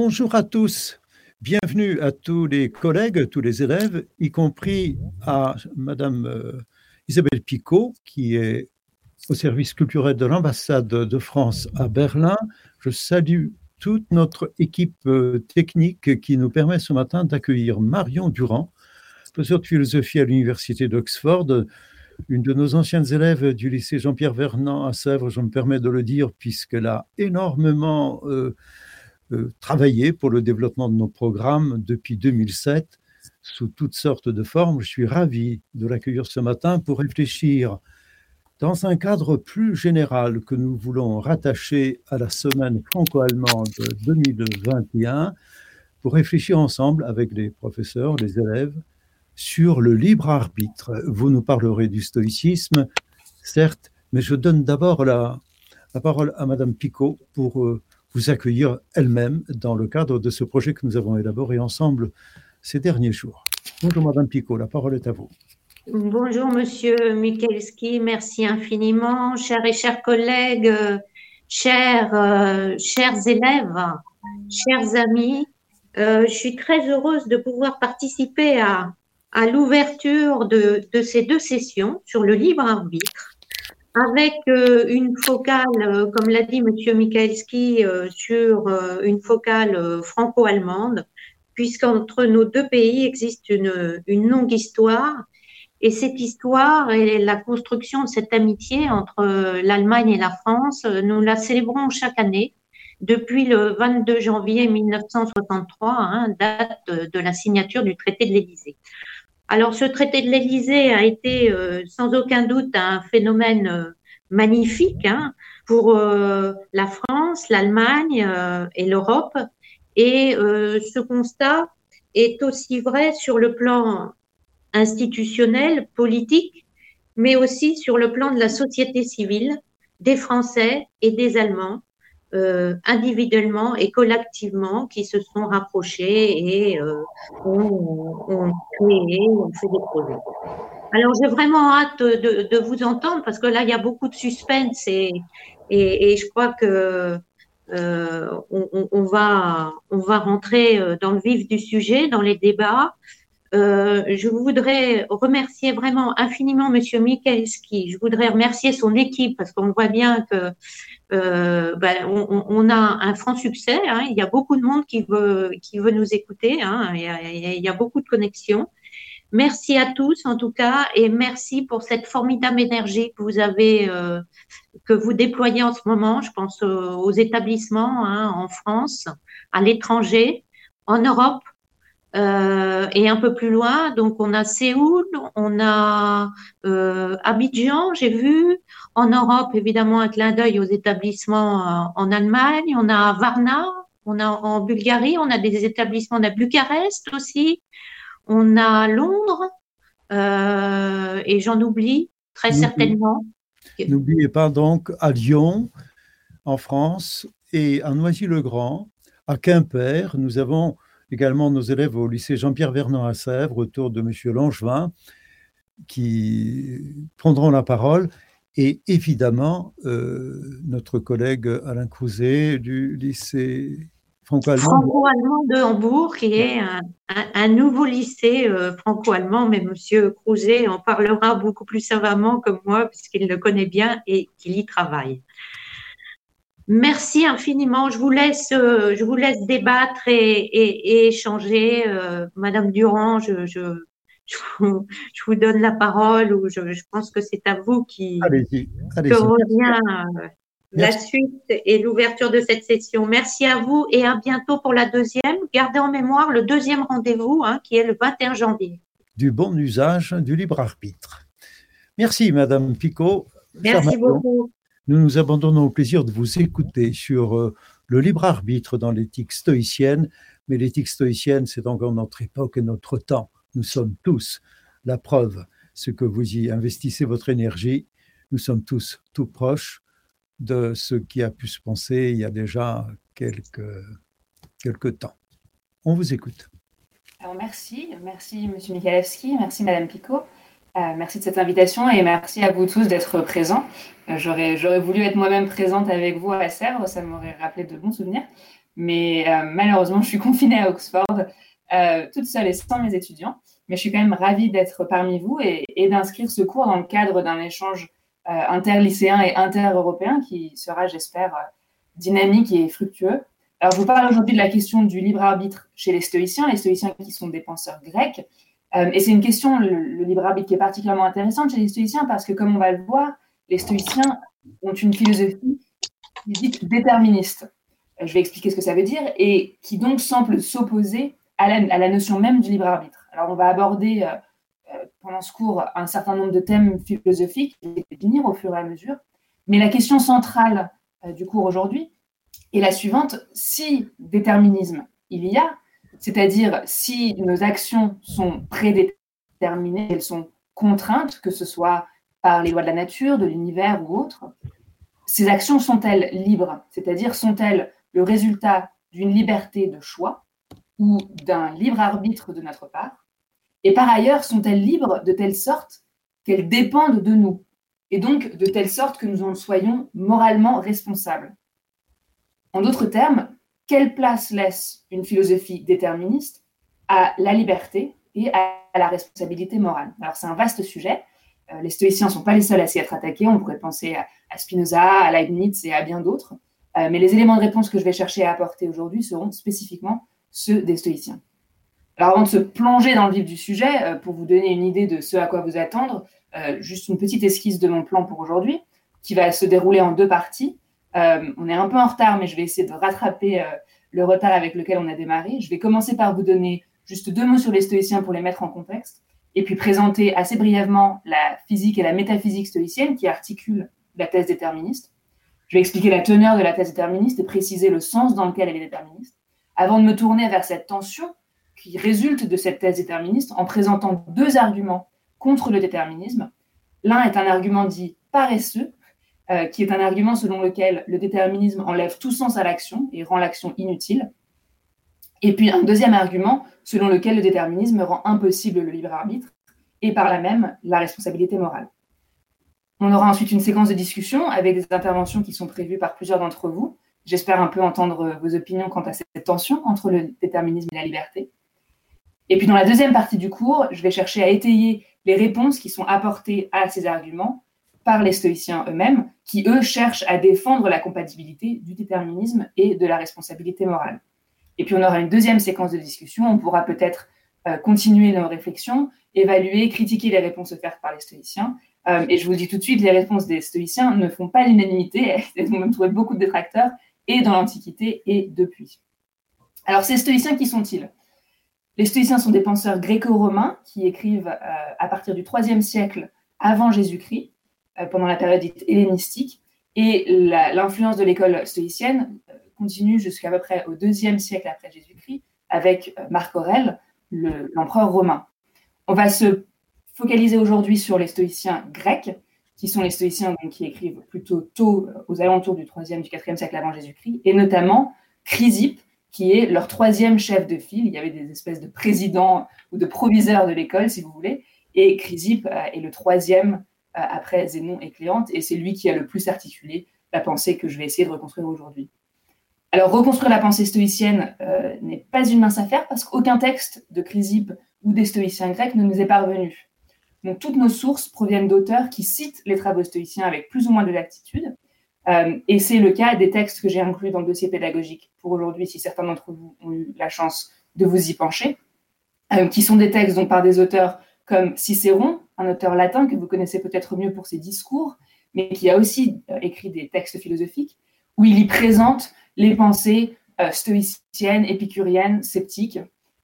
Bonjour à tous, bienvenue à tous les collègues, tous les élèves, y compris à Madame Isabelle Picot, qui est au service culturel de l'ambassade de France à Berlin. Je salue toute notre équipe technique qui nous permet ce matin d'accueillir Marion Durand, professeure de philosophie à l'université d'Oxford, une de nos anciennes élèves du lycée Jean-Pierre Vernant à Sèvres, je me permets de le dire, puisqu'elle a énormément travaillé pour le développement de nos programmes depuis 2007, sous toutes sortes de formes. Je suis ravi de l'accueillir ce matin pour réfléchir dans un cadre plus général que nous voulons rattacher à la semaine franco-allemande 2021, pour réfléchir ensemble avec les professeurs, les élèves, sur le libre arbitre. Vous nous parlerez du stoïcisme, certes, mais je donne d'abord la parole à Madame Picot pour vous accueillir elle-même dans le cadre de ce projet que nous avons élaboré ensemble ces derniers jours. Bonjour Madame Picot, la parole est à vous. Bonjour Monsieur Michalski, merci infiniment, chers et chers collègues, chers élèves, chers amis. Je suis très heureuse de pouvoir participer à l'ouverture de ces deux sessions sur le libre arbitre, avec une focale, comme l'a dit Monsieur Michalski, sur une focale franco-allemande, puisqu'entre nos deux pays existe une longue histoire. Et cette histoire et la construction de cette amitié entre l'Allemagne et la France, nous la célébrons chaque année depuis le 22 janvier 1963, date de la signature du traité de l'Élysée. Alors, ce traité de l'Élysée a été sans aucun doute un phénomène magnifique pour la France, l'Allemagne et l'Europe. Et ce constat est aussi vrai sur le plan institutionnel, politique, mais aussi sur le plan de la société civile, des Français et des Allemands, individuellement et collectivement, qui se sont rapprochés et ont créé, ont fait des projets. Alors, j'ai vraiment hâte de vous entendre parce que là, il y a beaucoup de suspense et je crois que on va rentrer dans le vif du sujet, dans les débats. Je voudrais remercier vraiment infiniment Monsieur Michalski. Je voudrais remercier son équipe parce qu'on voit bien que on a un franc succès. Il y a beaucoup de monde qui veut nous écouter. Il y a beaucoup de connexions. Merci à tous en tout cas et merci pour cette formidable énergie que vous avez, que vous déployez en ce moment. Je pense aux établissements en France, à l'étranger, en Europe. Et un peu plus loin, donc on a Séoul, on a Abidjan, j'ai vu. En Europe, évidemment, un clin d'œil aux établissements en Allemagne. On a Varna, on a en Bulgarie, on a des établissements à Bucarest aussi. On a Londres, et j'en oublie très certainement. N'oubliez pas donc à Lyon, en France, et à Noisy-le-Grand, à Quimper. Nous avons également nos élèves au lycée Jean-Pierre Vernant à Sèvres, autour de M. Langevin, qui prendront la parole. Et évidemment, notre collègue Alain Crouzet du lycée franco-allemand de Hambourg, qui est un nouveau lycée franco-allemand, mais M. Crouzet en parlera beaucoup plus savamment que moi, puisqu'il le connaît bien et qu'il y travaille. Merci infiniment. Je vous laisse débattre et échanger. Madame Durand, je vous donne la parole, ou je pense que c'est à vous allez-y. Que revient la suite et l'ouverture de cette session. Merci à vous et à bientôt pour la deuxième. Gardez en mémoire le deuxième rendez-vous qui est le 21 janvier. Du bon usage du libre arbitre. Merci Madame Picot. Merci beaucoup. Nous nous abandonnons au plaisir de vous écouter sur le libre arbitre dans l'éthique stoïcienne, mais l'éthique stoïcienne, c'est encore notre époque et notre temps. Nous sommes tous la preuve, ce que vous y investissez votre énergie, nous sommes tous tout proches de ce qui a pu se penser il y a déjà quelques temps. On vous écoute. Alors merci Monsieur Michalski, merci Madame Picot. Merci de cette invitation et merci à vous tous d'être présents. J'aurais voulu être moi-même présente avec vous à Sèvres, ça m'aurait rappelé de bons souvenirs. mais malheureusement, je suis confinée à Oxford, toute seule et sans mes étudiants. Mais je suis quand même ravie d'être parmi vous et d'inscrire ce cours dans le cadre d'un échange interlycéen et inter-européen qui sera, j'espère, dynamique et fructueux. Alors, je vous parle aujourd'hui de la question du libre arbitre chez les stoïciens qui sont des penseurs grecs. Et c'est une question, le libre arbitre, qui est particulièrement intéressante chez les stoïciens parce que, comme on va le voir, les stoïciens ont une philosophie dite déterministe. Je vais expliquer ce que ça veut dire et qui donc semble s'opposer à la notion même du libre arbitre. Alors, on va aborder pendant ce cours un certain nombre de thèmes philosophiques, je vais les définir au fur et à mesure. Mais la question centrale du cours aujourd'hui est la suivante. Si déterminisme il y a, c'est-à-dire si nos actions sont prédéterminées, elles sont contraintes, que ce soit par les lois de la nature, de l'univers ou autres, ces actions sont-elles libres? C'est-à-dire sont-elles le résultat d'une liberté de choix ou d'un libre arbitre de notre part? Et par ailleurs, sont-elles libres de telle sorte qu'elles dépendent de nous, et donc de telle sorte que nous en soyons moralement responsables? En d'autres termes, quelle place laisse une philosophie déterministe à la liberté et à la responsabilité morale? Alors c'est un vaste sujet. Les stoïciens ne sont pas les seuls à s'y être attaqués. On pourrait penser à Spinoza, à Leibniz et à bien d'autres. Mais les éléments de réponse que je vais chercher à apporter aujourd'hui seront spécifiquement ceux des stoïciens. Alors avant de se plonger dans le vif du sujet, pour vous donner une idée de ce à quoi vous attendre, juste une petite esquisse de mon plan pour aujourd'hui, qui va se dérouler en 2 parties. On est un peu en retard, mais je vais essayer de rattraper le retard avec lequel on a démarré. Je vais commencer par vous donner juste 2 mots sur les stoïciens pour les mettre en contexte, et puis présenter assez brièvement la physique et la métaphysique stoïcienne qui articulent la thèse déterministe. Je vais expliquer la teneur de la thèse déterministe et préciser le sens dans lequel elle est déterministe, avant de me tourner vers cette tension qui résulte de cette thèse déterministe en présentant 2 arguments contre le déterminisme. L'un est un argument dit paresseux, qui est un argument selon lequel le déterminisme enlève tout sens à l'action et rend l'action inutile. Et puis un deuxième argument selon lequel le déterminisme rend impossible le libre arbitre et par là même la responsabilité morale. On aura ensuite une séquence de discussion avec des interventions qui sont prévues par plusieurs d'entre vous. J'espère un peu entendre vos opinions quant à cette tension entre le déterminisme et la liberté. Et puis dans la deuxième partie du cours, je vais chercher à étayer les réponses qui sont apportées à ces arguments par les stoïciens eux-mêmes, qui eux cherchent à défendre la compatibilité du déterminisme et de la responsabilité morale. Et puis on aura une deuxième séquence de discussion, on pourra peut-être continuer nos réflexions, évaluer, critiquer les réponses offertes par les stoïciens. Et je vous dis tout de suite, les réponses des stoïciens ne font pas l'unanimité, elles ont même trouvé beaucoup de détracteurs, et dans l'Antiquité et depuis. Alors ces stoïciens, qui sont-ils? Les stoïciens sont des penseurs gréco-romains qui écrivent à partir du IIIe siècle avant Jésus-Christ, pendant la période dite hellénistique, et l'influence de l'école stoïcienne continue jusqu'à peu près au IIe siècle après Jésus-Christ, avec Marc Aurèle, l'empereur romain. On va se focaliser aujourd'hui sur les stoïciens grecs, qui sont les stoïciens donc, qui écrivent plutôt tôt, aux alentours du IIIe, du IVe siècle avant Jésus-Christ, et notamment Chrysippe, qui est leur 3e chef de file. Il y avait des espèces de présidents ou de proviseurs de l'école, si vous voulez, et Chrysippe est le 3e après Zénon et Cléante, et c'est lui qui a le plus articulé la pensée que je vais essayer de reconstruire aujourd'hui. Alors, reconstruire la pensée stoïcienne n'est pas une mince affaire parce qu'aucun texte de Chrysippe ou des stoïciens grecs ne nous est parvenu. Donc, toutes nos sources proviennent d'auteurs qui citent les travaux stoïciens avec plus ou moins de latitude, et c'est le cas des textes que j'ai inclus dans le dossier pédagogique pour aujourd'hui, si certains d'entre vous ont eu la chance de vous y pencher, qui sont des textes donc, par des auteurs comme Cicéron, un auteur latin que vous connaissez peut-être mieux pour ses discours, mais qui a aussi écrit des textes philosophiques, où il y présente les pensées stoïciennes, épicuriennes, sceptiques,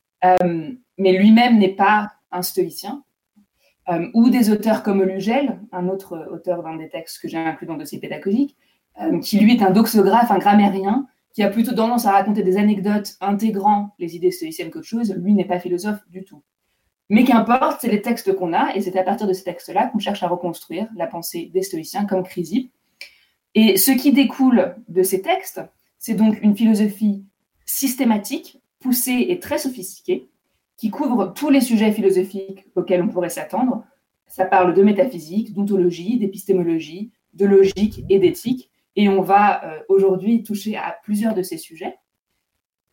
mais lui-même n'est pas un stoïcien, ou des auteurs comme Lugel, un autre auteur d'un des textes que j'ai inclus dans le dossier pédagogique, qui lui est un doxographe, un grammairien, qui a plutôt tendance à raconter des anecdotes intégrant les idées stoïciennes qu'autre chose. Lui n'est pas philosophe du tout. Mais qu'importe, c'est les textes qu'on a, et c'est à partir de ces textes-là qu'on cherche à reconstruire la pensée des stoïciens comme Chrysippe. Et ce qui découle de ces textes, c'est donc une philosophie systématique, poussée et très sophistiquée, qui couvre tous les sujets philosophiques auxquels on pourrait s'attendre. Ça parle de métaphysique, d'ontologie, d'épistémologie, de logique et d'éthique, et on va aujourd'hui toucher à plusieurs de ces sujets.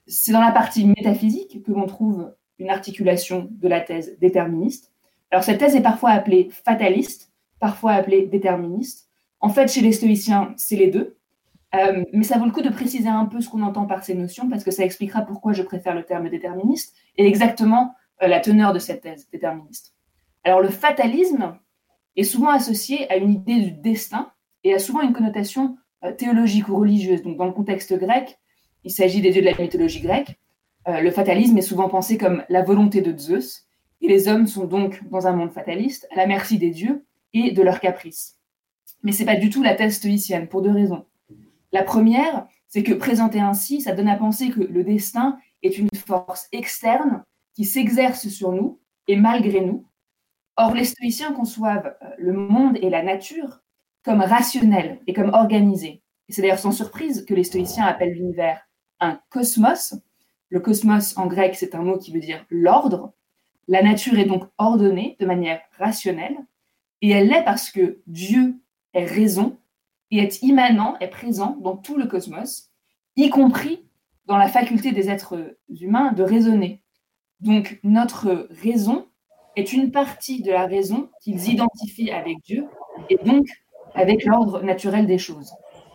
C'est dans la partie métaphysique que l'on trouve une articulation de la thèse déterministe. Alors cette thèse est parfois appelée fataliste, parfois appelée déterministe. En fait, chez les stoïciens, c'est les deux. Mais ça vaut le coup de préciser un peu ce qu'on entend par ces notions, parce que ça expliquera pourquoi je préfère le terme déterministe et exactement la teneur de cette thèse déterministe. Alors le fatalisme est souvent associé à une idée du destin et a souvent une connotation théologique ou religieuse. Donc dans le contexte grec, il s'agit des dieux de la mythologie grecque. Le fatalisme est souvent pensé comme la volonté de Zeus, et les hommes sont donc, dans un monde fataliste, à la merci des dieux et de leurs caprices. Mais ce n'est pas du tout la thèse stoïcienne, pour deux raisons. La première, c'est que présenté ainsi, ça donne à penser que le destin est une force externe qui s'exerce sur nous et malgré nous. Or, les stoïciens conçoivent le monde et la nature comme rationnels et comme organisés. Et c'est d'ailleurs sans surprise que les stoïciens appellent l'univers un cosmos. Le cosmos, en grec, c'est un mot qui veut dire l'ordre. La nature est donc ordonnée de manière rationnelle, et elle l'est parce que Dieu est raison et est immanent, est présent dans tout le cosmos, y compris dans la faculté des êtres humains de raisonner. Donc, notre raison est une partie de la raison qu'ils identifient avec Dieu et donc avec l'ordre naturel des choses.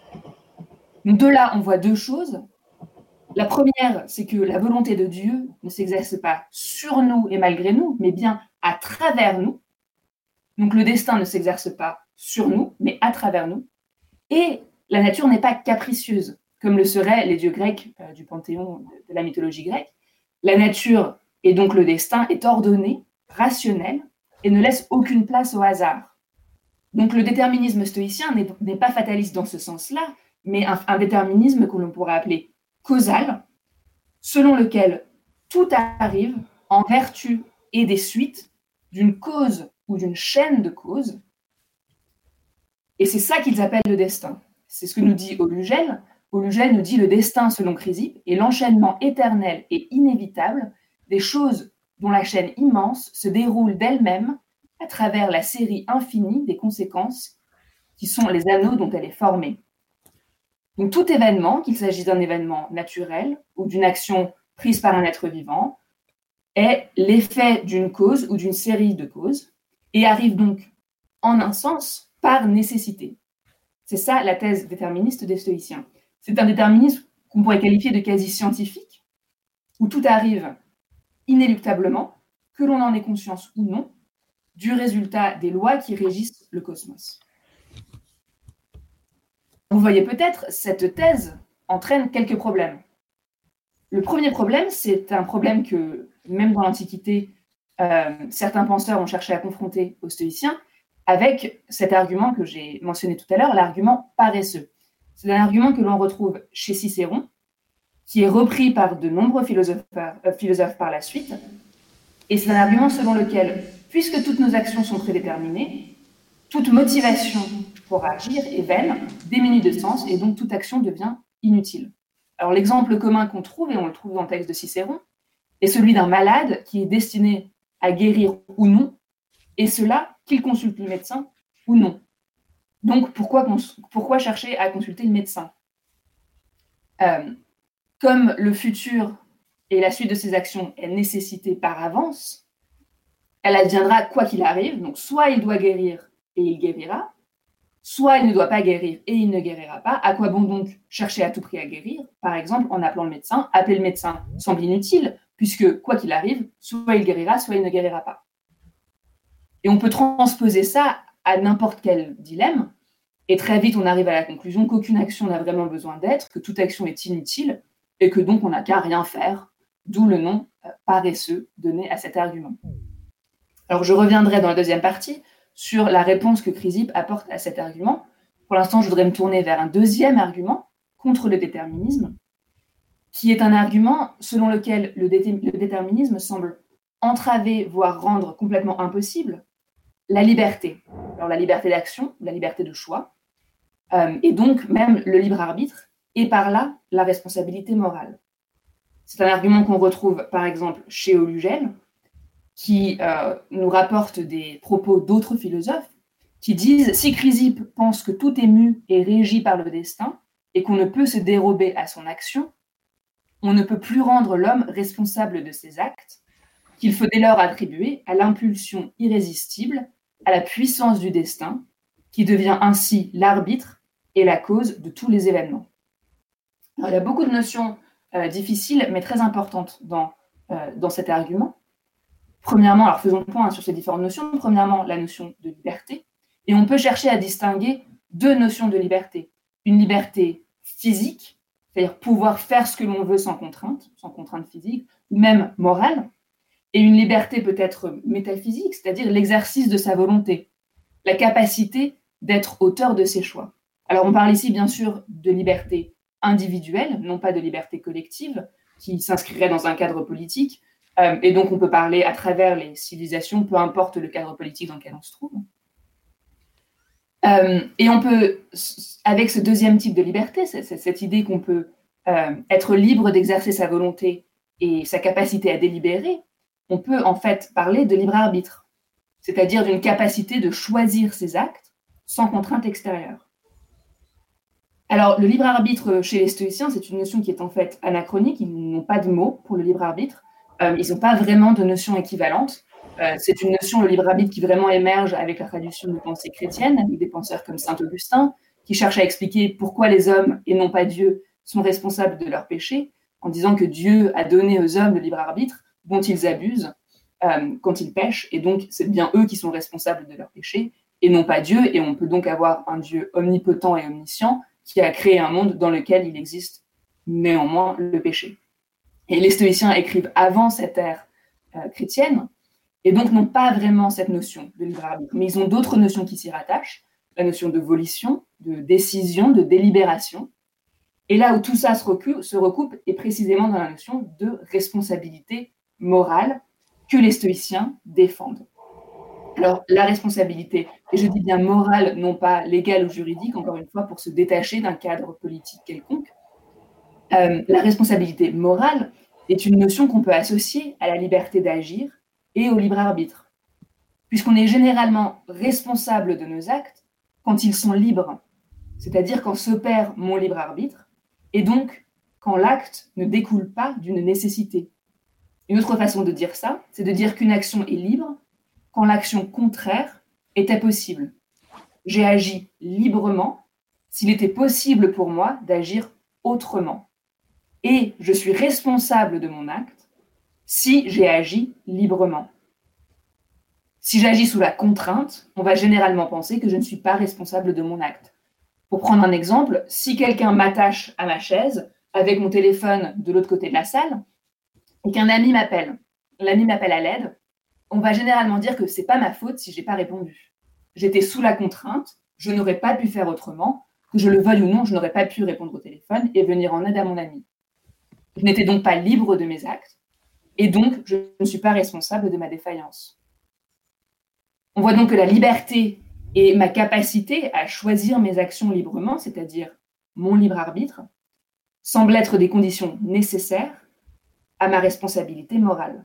Donc, de là, on voit deux choses. La première, c'est que la volonté de Dieu ne s'exerce pas sur nous et malgré nous, mais bien à travers nous. Donc, le destin ne s'exerce pas sur nous, mais à travers nous. Et la nature n'est pas capricieuse, comme le seraient les dieux grecs du panthéon de la mythologie grecque. La nature, et donc le destin, est ordonné, rationnel, et ne laisse aucune place au hasard. Donc le déterminisme stoïcien n'est pas fataliste dans ce sens-là, mais un déterminisme que l'on pourrait appeler causal, selon lequel tout arrive en vertu et des suites d'une cause ou d'une chaîne de causes. Et c'est ça qu'ils appellent le destin. C'est ce que nous dit Aulugel. Aulugel nous dit le destin, selon Chrysippe, est l'enchaînement éternel et inévitable des choses dont la chaîne immense se déroule d'elle-même à travers la série infinie des conséquences qui sont les anneaux dont elle est formée. Donc tout événement, qu'il s'agisse d'un événement naturel ou d'une action prise par un être vivant, est l'effet d'une cause ou d'une série de causes et arrive donc en un sens par nécessité. C'est ça la thèse déterministe des stoïciens. C'est un déterminisme qu'on pourrait qualifier de quasi scientifique, où tout arrive inéluctablement, que l'on en ait conscience ou non, du résultat des lois qui régissent le cosmos. Vous voyez peut-être, cette thèse entraîne quelques problèmes. Le premier problème, c'est un problème que, même dans l'Antiquité, certains penseurs ont cherché à confronter aux stoïciens, avec cet argument que j'ai mentionné tout à l'heure, l'argument paresseux. C'est un argument que l'on retrouve chez Cicéron, qui est repris par de nombreux philosophes par la suite, et c'est un argument selon lequel, puisque toutes nos actions sont prédéterminées, toute motivation pour agir est vaine, démunie de sens, et donc toute action devient inutile. Alors l'exemple commun qu'on trouve, et on le trouve dans le texte de Cicéron, est celui d'un malade qui est destiné à guérir ou non, et cela qu'il consulte le médecin ou non. Donc pourquoi chercher à consulter le médecin ? Comme le futur et la suite de ses actions est nécessité par avance, elle adviendra quoi qu'il arrive. Donc soit il doit guérir et il guérira, soit il ne doit pas guérir et il ne guérira pas. À quoi bon donc chercher à tout prix à guérir ? Par exemple, en appelant le médecin. Appeler le médecin semble inutile, puisque quoi qu'il arrive, soit il guérira, soit il ne guérira pas. Et on peut transposer ça à n'importe quel dilemme, et très vite on arrive à la conclusion qu'aucune action n'a vraiment besoin d'être, que toute action est inutile, et que donc on n'a qu'à rien faire, d'où le nom paresseux donné à cet argument. Alors je reviendrai dans la deuxième partie sur la réponse que Chrysippe apporte à cet argument. Pour l'instant, je voudrais me tourner vers un deuxième argument contre le déterminisme, qui est un argument selon lequel le déterminisme semble entraver, voire rendre complètement impossible la liberté. Alors la liberté d'action, la liberté de choix, et donc même le libre arbitre, et par là la responsabilité morale. C'est un argument qu'on retrouve par exemple chez Aulugel, qui nous rapporte des propos d'autres philosophes qui disent « Si Chrysippe pense que tout est mu et régi par le destin et qu'on ne peut se dérober à son action, on ne peut plus rendre l'homme responsable de ses actes, qu'il faut dès lors attribuer à l'impulsion irrésistible, à la puissance du destin, qui devient ainsi l'arbitre et la cause de tous les événements. Alors, il y a beaucoup de notions difficiles, mais très importantes dans cet argument. Premièrement, alors faisons le point sur ces différentes notions. Premièrement, la notion de liberté. Et on peut chercher à distinguer deux notions de liberté. Une liberté physique, c'est-à-dire pouvoir faire ce que l'on veut sans contrainte physique, ou même morale, et une liberté peut-être métaphysique, c'est-à-dire l'exercice de sa volonté, la capacité d'être auteur de ses choix. Alors on parle ici bien sûr de liberté individuelle, non pas de liberté collective, qui s'inscrirait dans un cadre politique, et donc on peut parler à travers les civilisations, peu importe le cadre politique dans lequel on se trouve. Et on peut, avec ce deuxième type de liberté, cette idée qu'on peut être libre d'exercer sa volonté et sa capacité à délibérer, on peut en fait parler de libre arbitre, c'est-à-dire d'une capacité de choisir ses actes sans contrainte extérieure. Alors, le libre arbitre chez les stoïciens, c'est une notion qui est en fait anachronique, ils n'ont pas de mot pour le libre arbitre, ils n'ont pas vraiment de notion équivalente. C'est une notion, le libre arbitre, qui vraiment émerge avec la tradition de pensée chrétienne, avec des penseurs comme saint Augustin, qui cherchent à expliquer pourquoi les hommes, et non pas Dieu, sont responsables de leurs péchés, en disant que Dieu a donné aux hommes le libre arbitre dont ils abusent quand ils pêchent, et donc c'est bien eux qui sont responsables de leurs péchés, et non pas Dieu, et on peut donc avoir un Dieu omnipotent et omniscient qui a créé un monde dans lequel il existe néanmoins le péché. Et les stoïciens écrivent avant cette ère chrétienne, et donc n'ont pas vraiment cette notion de libre arbitre, mais ils ont d'autres notions qui s'y rattachent, la notion de volition, de décision, de délibération. Et là où tout ça se recoupe est précisément dans la notion de responsabilité morale que les stoïciens défendent. Alors, la responsabilité, et je dis bien morale, non pas légale ou juridique, encore une fois, pour se détacher d'un cadre politique quelconque, la responsabilité morale est une notion qu'on peut associer à la liberté d'agir et au libre arbitre, puisqu'on est généralement responsable de nos actes quand ils sont libres, c'est-à-dire quand s'opère mon libre arbitre, et donc quand l'acte ne découle pas d'une nécessité. Une autre façon de dire ça, c'est de dire qu'une action est libre quand l'action contraire était possible. J'ai agi librement s'il était possible pour moi d'agir autrement. Et je suis responsable de mon acte si j'ai agi librement. Si j'agis sous la contrainte, on va généralement penser que je ne suis pas responsable de mon acte. Pour prendre un exemple, si quelqu'un m'attache à ma chaise avec mon téléphone de l'autre côté de la salle et qu'un ami m'appelle, l'ami m'appelle à l'aide, on va généralement dire que c'est pas ma faute si j'ai pas répondu. J'étais sous la contrainte, je n'aurais pas pu faire autrement, que je le veuille ou non, je n'aurais pas pu répondre au téléphone et venir en aide à mon ami. Je n'étais donc pas libre de mes actes et donc je ne suis pas responsable de ma défaillance. On voit donc que la liberté et ma capacité à choisir mes actions librement, c'est-à-dire mon libre arbitre, semblent être des conditions nécessaires à ma responsabilité morale.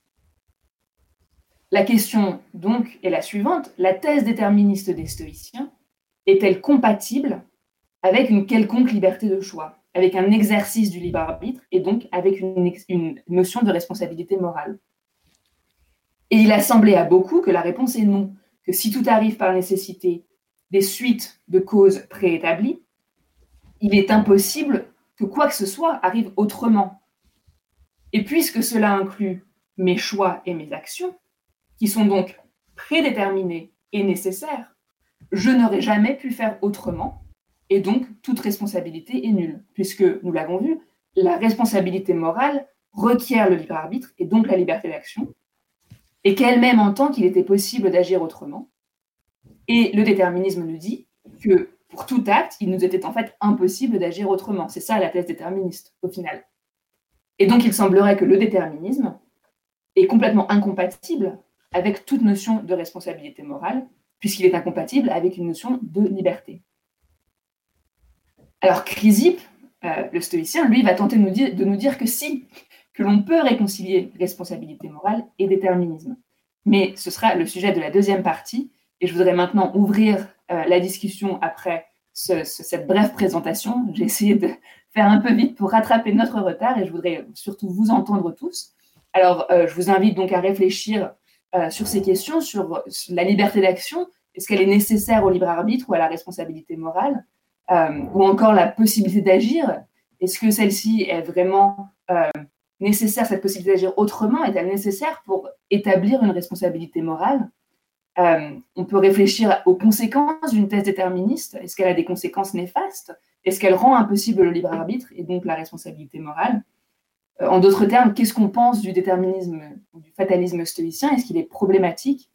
La question, donc, est la suivante. La thèse déterministe des stoïciens est-elle compatible avec une quelconque liberté de choix, avec un exercice du libre arbitre et donc avec une notion de responsabilité morale? Et il a semblé à beaucoup que la réponse est non, que si tout arrive par nécessité des suites de causes préétablies, il est impossible que quoi que ce soit arrive autrement. Et puisque cela inclut mes choix et mes actions, qui sont donc prédéterminés et nécessaires, je n'aurais jamais pu faire autrement, et donc toute responsabilité est nulle, puisque, nous l'avons vu, la responsabilité morale requiert le libre arbitre et donc la liberté d'action, et qu'elle-même entend qu'il était possible d'agir autrement. Et le déterminisme nous dit que pour tout acte, il nous était en fait impossible d'agir autrement. C'est ça la thèse déterministe, au final. Et donc il semblerait que le déterminisme est complètement incompatible avec toute notion de responsabilité morale, puisqu'il est incompatible avec une notion de liberté. Alors Chrysippe, le stoïcien, lui, va tenter de nous dire que si, que l'on peut réconcilier responsabilité morale et déterminisme. Mais ce sera le sujet de la deuxième partie, et je voudrais maintenant ouvrir la discussion après cette brève présentation. J'ai essayé de faire un peu vite pour rattraper notre retard et je voudrais surtout vous entendre tous. Alors, je vous invite donc à réfléchir sur ces questions, sur la liberté d'action. Est-ce qu'elle est nécessaire au libre arbitre ou à la responsabilité morale ou encore la possibilité d'agir? Est-ce que celle-ci est vraiment nécessaire, cette possibilité d'agir autrement? Est-elle nécessaire pour établir une responsabilité morale? On peut réfléchir aux conséquences d'une thèse déterministe. Est-ce qu'elle a des conséquences néfastes? Est-ce qu'elle rend impossible le libre arbitre et donc la responsabilité morale? En d'autres termes, qu'est-ce qu'on pense du déterminisme ou du fatalisme stoïcien? Est-ce qu'il est problématique?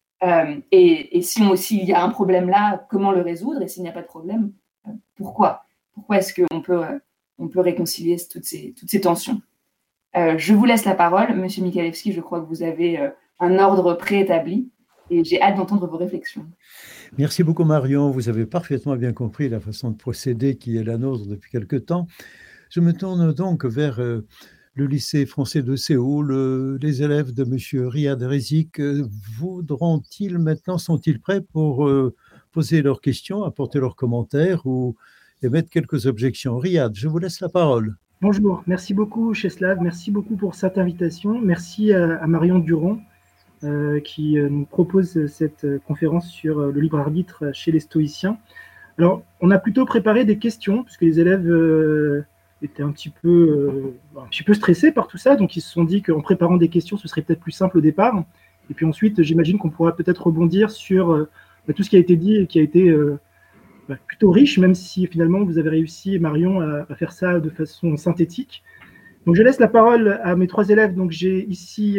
Et s'il y a un problème là, comment le résoudre? Et s'il n'y a pas de problème, pourquoi? Pourquoi est-ce qu'on peut réconcilier toutes ces tensions? Je vous laisse la parole. Monsieur Michalewski, je crois que vous avez un ordre préétabli et j'ai hâte d'entendre vos réflexions. Merci beaucoup Marion, vous avez parfaitement bien compris la façon de procéder qui est la nôtre depuis quelque temps. Je me tourne donc vers le lycée français de Séoul. Les élèves de M. Riyad Rezik voudront-ils maintenant, sont-ils prêts pour poser leurs questions, apporter leurs commentaires ou émettre quelques objections? Riyad, je vous laisse la parole. Bonjour, merci beaucoup Czeslaw, merci beaucoup pour cette invitation. Merci à Marion Durand qui nous propose cette conférence sur le libre arbitre chez les stoïciens. Alors, on a plutôt préparé des questions, puisque les élèves étaient un petit peu stressés par tout ça, donc ils se sont dit qu'en préparant des questions, ce serait peut-être plus simple au départ. Et puis ensuite, j'imagine qu'on pourra peut-être rebondir sur tout ce qui a été dit et qui a été plutôt riche, même si finalement vous avez réussi, Marion, à faire ça de façon synthétique. Donc, je laisse la parole à mes trois élèves. Donc, j'ai ici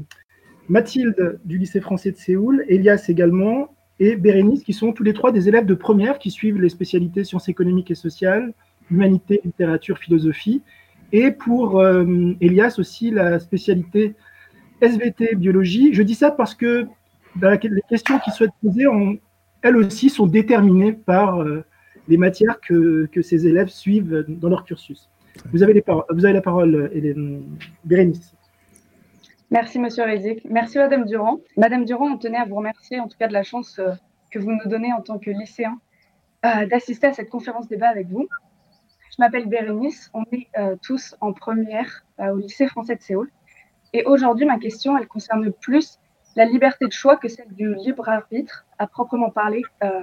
Mathilde du lycée français de Séoul, Elias également, et Bérénice, qui sont tous les trois des élèves de première qui suivent les spécialités sciences économiques et sociales, humanité, littérature, philosophie, et pour Elias aussi la spécialité SVT, biologie. Je dis ça parce que les questions qu'il souhaite poser, elles aussi, sont déterminées par les matières que ces élèves suivent dans leur cursus. Vous avez la parole, Bérénice. Merci, Monsieur Rezik. Merci, Madame Durand. Madame Durand, on tenait à vous remercier, en tout cas, de la chance que vous nous donnez en tant que lycéen d'assister à cette conférence débat avec vous. Je m'appelle Bérénice. On est tous en première au lycée français de Séoul. Et aujourd'hui, ma question, elle concerne plus la liberté de choix que celle du libre arbitre, à proprement parler,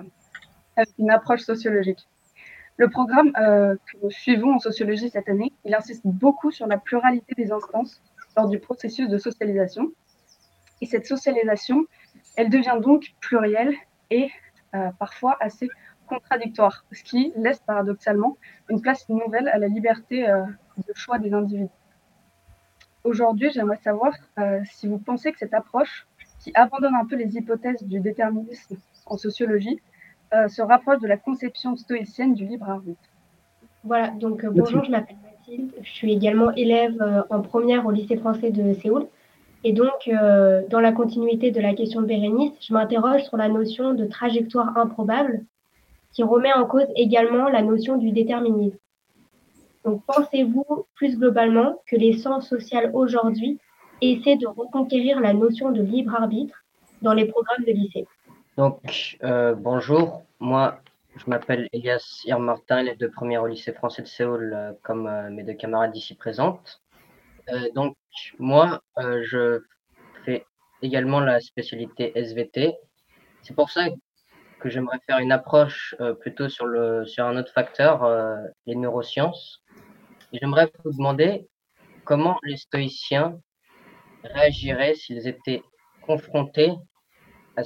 avec une approche sociologique. Le programme que nous suivons en sociologie cette année, il insiste beaucoup sur la pluralité des instances lors du processus de socialisation. Et cette socialisation, elle devient donc plurielle et parfois assez contradictoire, ce qui laisse paradoxalement une place nouvelle à la liberté de choix des individus. Aujourd'hui, j'aimerais savoir si vous pensez que cette approche, qui abandonne un peu les hypothèses du déterminisme en sociologie, se rapproche de la conception stoïcienne du libre arbitre. Voilà, donc bonjour, je m'appelle Mathilde, je suis également élève en première au lycée français de Séoul. Et donc, dans la continuité de la question de Bérénice, je m'interroge sur la notion de trajectoire improbable qui remet en cause également la notion du déterminisme. Donc, pensez-vous plus globalement que les sciences sociales aujourd'hui essaient de reconquérir la notion de libre arbitre dans les programmes de lycée? Donc, bonjour, moi je m'appelle Elias Irmartin, élève de première au lycée français de Séoul, comme mes deux camarades ici présentes. Donc, moi, je fais également la spécialité SVT. C'est pour ça que j'aimerais faire une approche plutôt sur un autre facteur, les neurosciences. Et j'aimerais vous demander comment les stoïciens réagiraient s'ils étaient confrontés à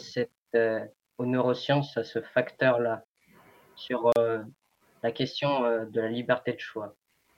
aux neurosciences, à ce facteur-là, sur la question de la liberté de choix.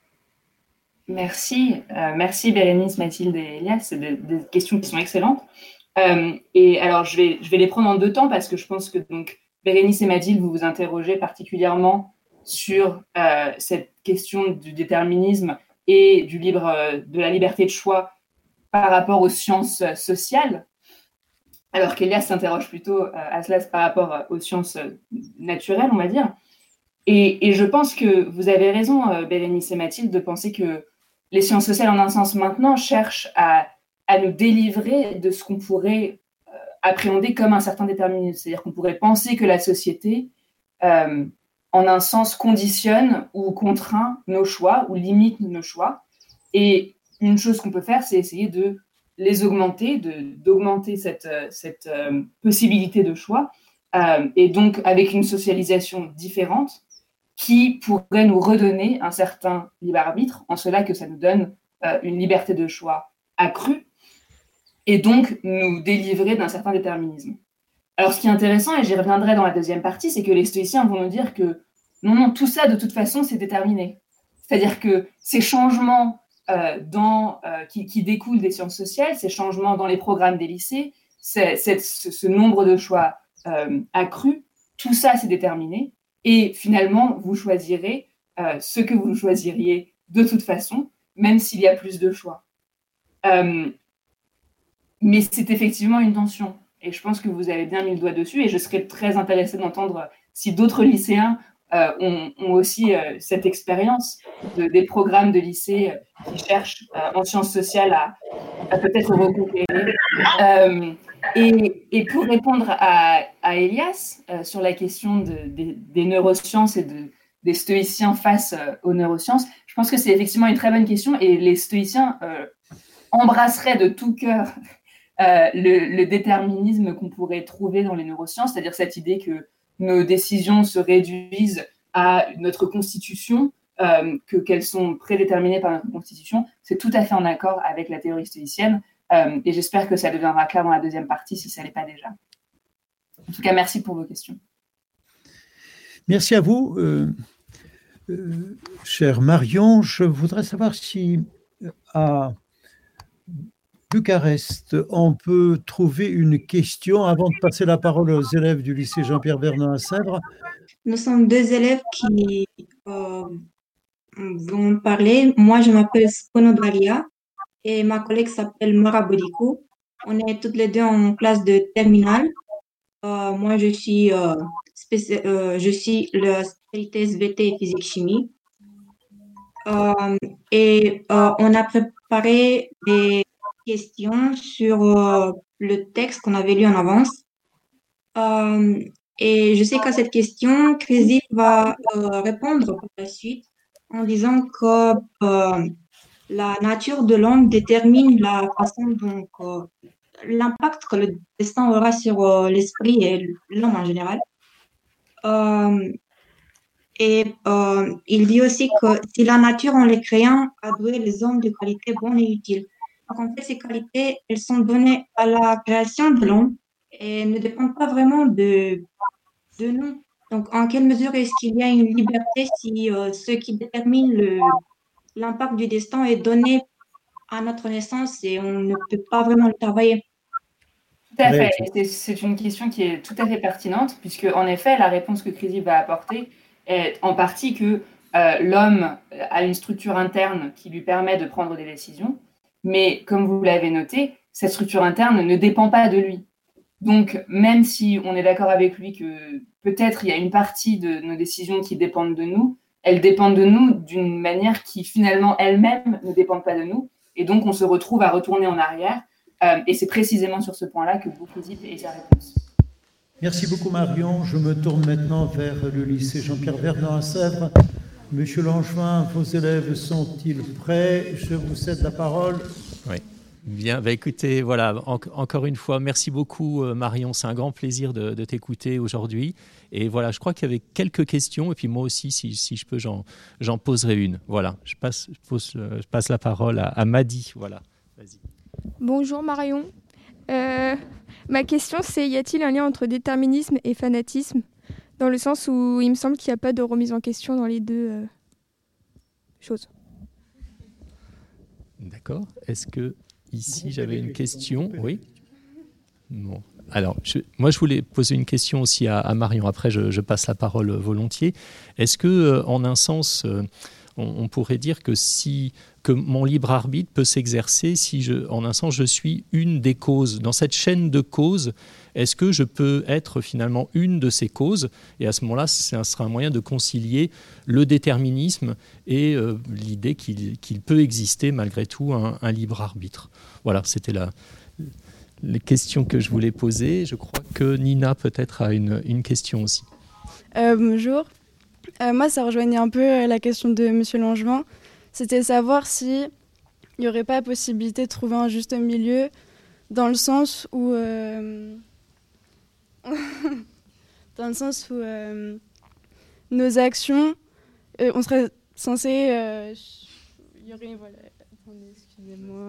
Merci Bérénice, Mathilde et Elias, c'est des questions qui sont excellentes. Et alors je vais les prendre en deux temps parce que je pense que donc Bérénice et Mathilde, vous vous interrogez particulièrement sur cette question du déterminisme et de la liberté de choix par rapport aux sciences sociales, alors qu'Elias s'interroge plutôt à cela par rapport aux sciences naturelles, on va dire. Et je pense que vous avez raison, Bérénice et Mathilde, de penser que les sciences sociales, en un sens maintenant, cherchent à nous délivrer de ce qu'on pourrait appréhender comme un certain déterminisme. C'est-à-dire qu'on pourrait penser que la société, en en un sens, conditionne ou contraint nos choix ou limite nos choix. Et une chose qu'on peut faire, c'est essayer de les augmenter, d'augmenter cette possibilité de choix, et donc avec une socialisation différente qui pourrait nous redonner un certain libre arbitre, en cela que ça nous donne une liberté de choix accrue, et donc nous délivrer d'un certain déterminisme. Alors, ce qui est intéressant, et j'y reviendrai dans la deuxième partie, c'est que les stoïciens vont nous dire que non, tout ça, de toute façon, c'est déterminé. C'est-à-dire que ces changements qui découlent des sciences sociales, ces changements dans les programmes des lycées, ce nombre de choix accru, tout ça, c'est déterminé. Et finalement, vous choisirez ce que vous choisiriez de toute façon, même s'il y a plus de choix. Mais c'est effectivement une tension. Et je pense que vous avez bien mis le doigt dessus. Et je serais très intéressée d'entendre si d'autres lycéens ont aussi cette expérience des programmes de lycée qui cherchent en sciences sociales à peut-être reconquérir. Et pour répondre à Elias sur la question des neurosciences et des stoïciens face aux neurosciences, je pense que c'est effectivement une très bonne question. Et les stoïciens embrasseraient de tout cœur le déterminisme qu'on pourrait trouver dans les neurosciences, c'est-à-dire cette idée que nos décisions se réduisent à notre constitution, qu'elles sont prédéterminées par notre constitution. C'est tout à fait en accord avec la théorie stoïcienne, et j'espère que ça deviendra clair dans la deuxième partie si ça ne l'est pas déjà. En tout cas, merci pour vos questions. Merci à vous. Chère Marion, je voudrais savoir si à Bucarest, on peut trouver une question avant de passer la parole aux élèves du lycée Jean-Pierre Vernant à Sèvres. Nous sommes deux élèves qui vont parler. Moi, je m'appelle Sponodalia et ma collègue s'appelle Mara Bodikou. On est toutes les deux en classe de terminale. Moi, je suis la spécialité SVT et physique-chimie. Et on a préparé des questions sur le texte qu'on avait lu en avance. Et je sais qu'à cette question, Crésil va répondre par la suite en disant que la nature de l'homme détermine la façon dont l'impact que le destin aura sur l'esprit et l'homme en général. Il dit aussi que si la nature, en les créant, a doué les hommes de qualités bonnes et utiles. Donc, en fait, ces qualités, elles sont données à la création de l'homme et ne dépendent pas vraiment de nous. Donc, en quelle mesure est-ce qu'il y a une liberté si ce qui détermine l'impact du destin est donné à notre naissance et on ne peut pas vraiment le travailler? Tout à fait. C'est une question qui est tout à fait pertinente, puisque, en effet, la réponse que Crésil va apporter est en partie que l'homme a une structure interne qui lui permet de prendre des décisions, mais comme vous l'avez noté, cette structure interne ne dépend pas de lui. Donc, même si on est d'accord avec lui que peut-être il y a une partie de nos décisions qui dépendent de nous, elles dépendent de nous d'une manière qui finalement elles-mêmes ne dépendent pas de nous, et donc on se retrouve à retourner en arrière, et c'est précisément sur ce point-là que Boukhouzib est sa réponse. Merci beaucoup Marion. Je me tourne maintenant vers le lycée Jean-Pierre Vernant à Sèvres. Monsieur Langevin, vos élèves sont-ils prêts? Je vous cède la parole. Oui. Bien, écoutez, voilà, encore une fois, merci beaucoup Marion, c'est un grand plaisir de t'écouter aujourd'hui. Et voilà, je crois qu'il y avait quelques questions, et puis moi aussi, si je peux, j'en poserai une. Voilà, je passe la parole à Madi, voilà, vas-y. Bonjour Marion. Ma question, c'est y a-t-il un lien entre déterminisme et fanatisme, dans le sens où il me semble qu'il n'y a pas de remise en question dans les deux choses. D'accord. Est-ce que ici j'avais une question? Oui. Bon. Alors, moi je voulais poser une question aussi à Marion. Après, je passe la parole volontiers. Est-ce que, en un sens, on pourrait dire que mon libre arbitre peut s'exercer si, en un sens, je suis une des causes. Dans cette chaîne de causes, est-ce que je peux être finalement une de ces causes? Et à ce moment-là, ça sera un moyen de concilier le déterminisme et l'idée qu'il peut exister malgré tout un libre arbitre. Voilà, c'était les questions que je voulais poser. Je crois que Nina peut-être a une question aussi. Bonjour. Moi, ça rejoignait un peu la question de Monsieur Langevin. C'était savoir si il n'y aurait pas possibilité de trouver un juste milieu dans le sens où... dans le sens où nos actions, on serait censé... il y aurait... Voilà, attendez, excusez-moi.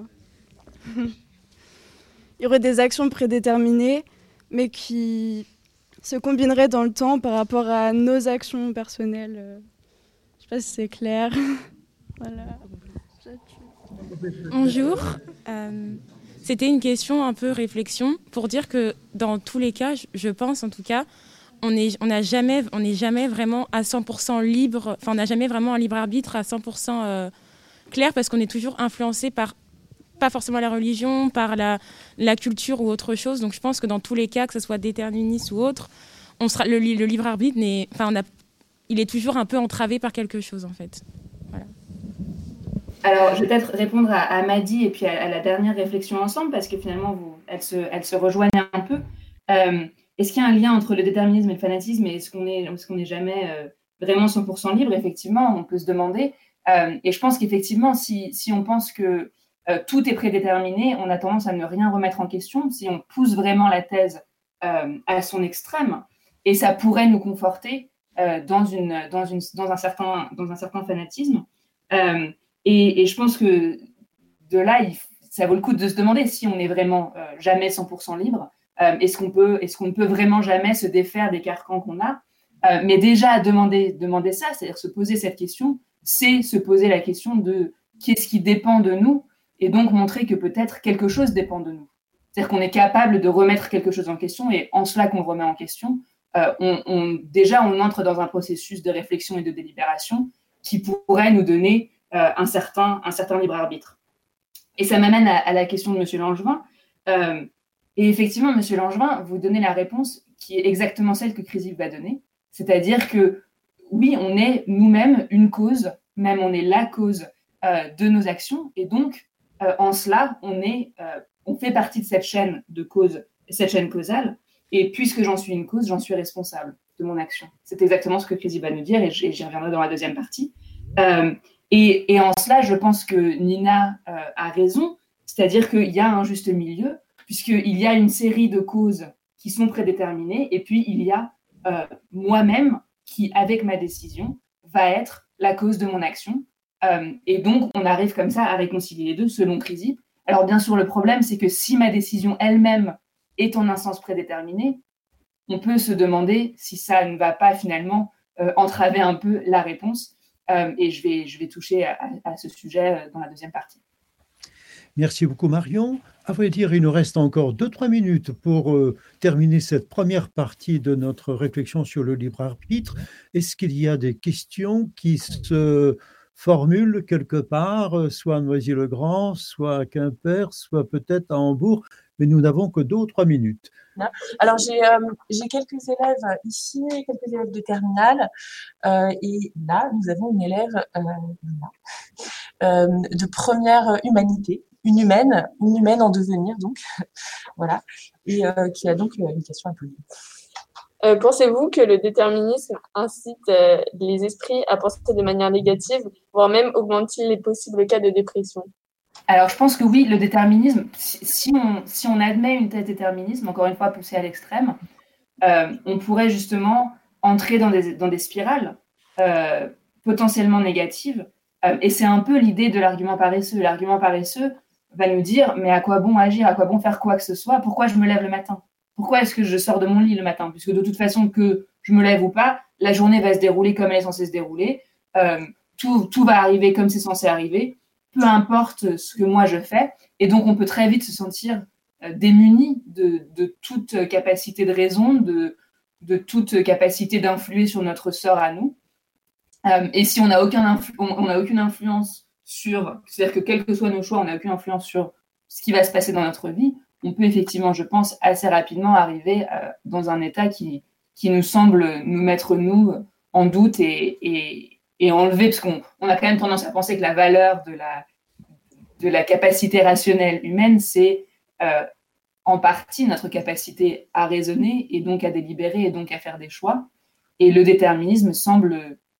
Il y aurait des actions prédéterminées, mais qui se combineraient dans le temps par rapport à nos actions personnelles. Je ne sais pas si c'est clair. Voilà. Bonjour. C'était une question un peu réflexion pour dire que dans tous les cas, je pense en tout cas, on n'est jamais vraiment à 100% libre, enfin on n'a jamais vraiment un libre arbitre à 100% clair parce qu'on est toujours influencé par pas forcément la religion, par la culture ou autre chose. Donc je pense que dans tous les cas, que ce soit déterministe ou autre, le libre arbitre il est toujours un peu entravé par quelque chose en fait. Voilà. Alors, je vais peut-être répondre à Madi et puis à la dernière réflexion ensemble, parce que finalement, elles se rejoignent un peu. Est-ce qu'il y a un lien entre le déterminisme et le fanatisme, et est-ce qu'on n'est jamais vraiment 100% libre? Effectivement, on peut se demander. Et je pense qu'effectivement, si on pense que tout est prédéterminé, on a tendance à ne rien remettre en question, si on pousse vraiment la thèse à son extrême, et ça pourrait nous conforter dans un certain fanatisme. Et je pense que de là, ça vaut le coup de se demander si on n'est vraiment jamais 100% libre. Est-ce qu'on ne peut vraiment jamais se défaire des carcans qu'on a? Mais déjà, demander ça, c'est-à-dire se poser cette question, c'est se poser la question de qu'est-ce qui dépend de nous, et donc montrer que peut-être quelque chose dépend de nous. C'est-à-dire qu'on est capable de remettre quelque chose en question, et en cela qu'on le remet en question, on entre dans un processus de réflexion et de délibération qui pourrait nous donner un certain libre arbitre. Et ça m'amène à la question de M. Langevin. Et effectivement, M. Langevin, vous donnez la réponse qui est exactement celle que Chrysippe va donner. C'est-à-dire que, oui, on est nous-mêmes une cause, même on est la cause de nos actions. Et donc, en cela, on fait partie de cette chaîne de cause, cette chaîne causale. Et puisque j'en suis une cause, j'en suis responsable de mon action. C'est exactement ce que Chrysippe va nous dire, et j'y reviendrai dans la deuxième partie. Et en cela, je pense que Nina a raison, c'est-à-dire qu'il y a un juste milieu, puisqu'il y a une série de causes qui sont prédéterminées, et puis il y a moi-même qui, avec ma décision, va être la cause de mon action. Et donc, on arrive comme ça à réconcilier les deux, selon Chrysippe. Alors, bien sûr, le problème, c'est que si ma décision elle-même est en un sens prédéterminé, on peut se demander si ça ne va pas finalement entraver un peu la réponse. Et je vais toucher à ce sujet dans la deuxième partie. Merci beaucoup Marion. À vrai dire, il nous reste encore 2-3 minutes pour terminer cette première partie de notre réflexion sur le libre arbitre. Est-ce qu'il y a des questions qui se formulent quelque part, soit à Noisy-le-Grand, soit à Quimper, soit peut-être à Hambourg, mais nous n'avons que 2 ou 3 minutes. Alors, j'ai quelques élèves ici, quelques élèves de terminale, et là, nous avons une élève de première humanité, une humaine en devenir, donc, voilà, et qui a donc une question à poser. Pensez-vous que le déterminisme incite les esprits à penser de manière négative, voire même augmente-t-il les possibles cas de dépression? Alors, je pense que oui, le déterminisme, si on admet une telle déterminisme, encore une fois poussé à l'extrême, on pourrait justement entrer dans des spirales potentiellement négatives. Et c'est un peu l'idée de l'argument paresseux. L'argument paresseux va nous dire, mais à quoi bon agir, à quoi bon faire quoi que ce soit? Pourquoi je me lève le matin? Pourquoi est-ce que je sors de mon lit le matin? Puisque de toute façon, que je me lève ou pas, la journée va se dérouler comme elle est censée se dérouler. Tout va arriver comme c'est censé arriver. Peu importe ce que moi je fais. Et donc, on peut très vite se sentir démuni de toute capacité de raison, de toute capacité d'influer sur notre sort à nous. Et si on n'a aucune influence sur... C'est-à-dire que quels que soient nos choix, on n'a aucune influence sur ce qui va se passer dans notre vie, on peut effectivement, je pense, assez rapidement arriver dans un état qui nous semble nous mettre, nous, en doute et enlever, parce qu'on a quand même tendance à penser que la valeur de la capacité rationnelle humaine, c'est en partie notre capacité à raisonner et donc à délibérer et donc à faire des choix. Et le déterminisme semble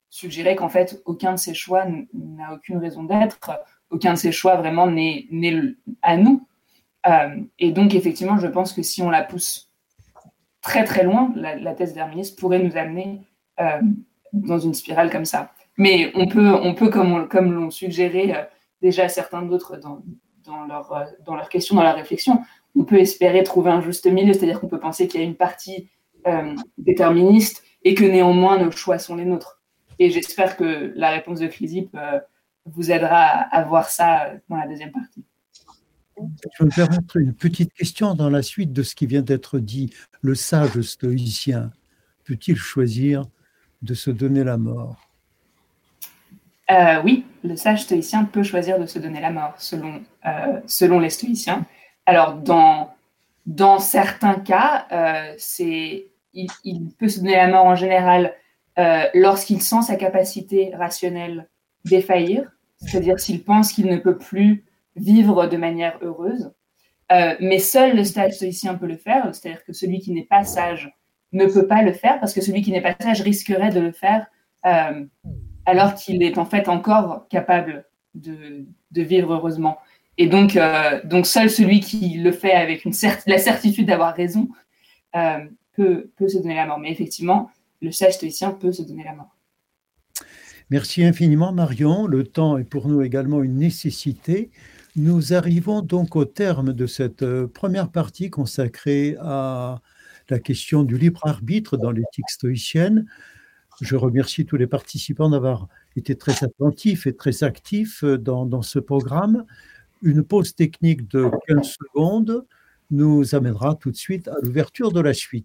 suggérer qu'en fait, aucun de ces choix n'a aucune raison d'être, aucun de ces choix vraiment n'est à nous. Et donc, effectivement, je pense que si on la pousse très très loin, la thèse déterministe pourrait nous amener dans une spirale comme ça. Mais on peut comme l'ont suggéré déjà certains d'autres dans leur question, dans leur réflexion, on peut espérer trouver un juste milieu, c'est-à-dire qu'on peut penser qu'il y a une partie déterministe et que néanmoins nos choix sont les nôtres. Et j'espère que la réponse de Chrysippe vous aidera à voir ça dans la deuxième partie. Je me permettre une petite question dans la suite de ce qui vient d'être dit. Le sage stoïcien peut-il choisir de se donner la mort? Oui, le sage stoïcien peut choisir de se donner la mort, selon les stoïciens. Alors, dans certains cas, il peut se donner la mort en général lorsqu'il sent sa capacité rationnelle défaillir, c'est-à-dire s'il pense qu'il ne peut plus vivre de manière heureuse. Mais seul le sage stoïcien peut le faire, c'est-à-dire que celui qui n'est pas sage ne peut pas le faire, parce que celui qui n'est pas sage risquerait de le faire alors qu'il est en fait encore capable de vivre heureusement. Et donc seul celui qui le fait avec la certitude d'avoir raison peut se donner la mort. Mais effectivement, le sage stoïcien peut se donner la mort. Merci infiniment, Marion. Le temps est pour nous également une nécessité. Nous arrivons donc au terme de cette première partie consacrée à la question du libre arbitre dans l'éthique stoïcienne. Je remercie tous les participants d'avoir été très attentifs et très actifs dans ce programme. Une pause technique de 15 secondes nous amènera tout de suite à l'ouverture de la suite.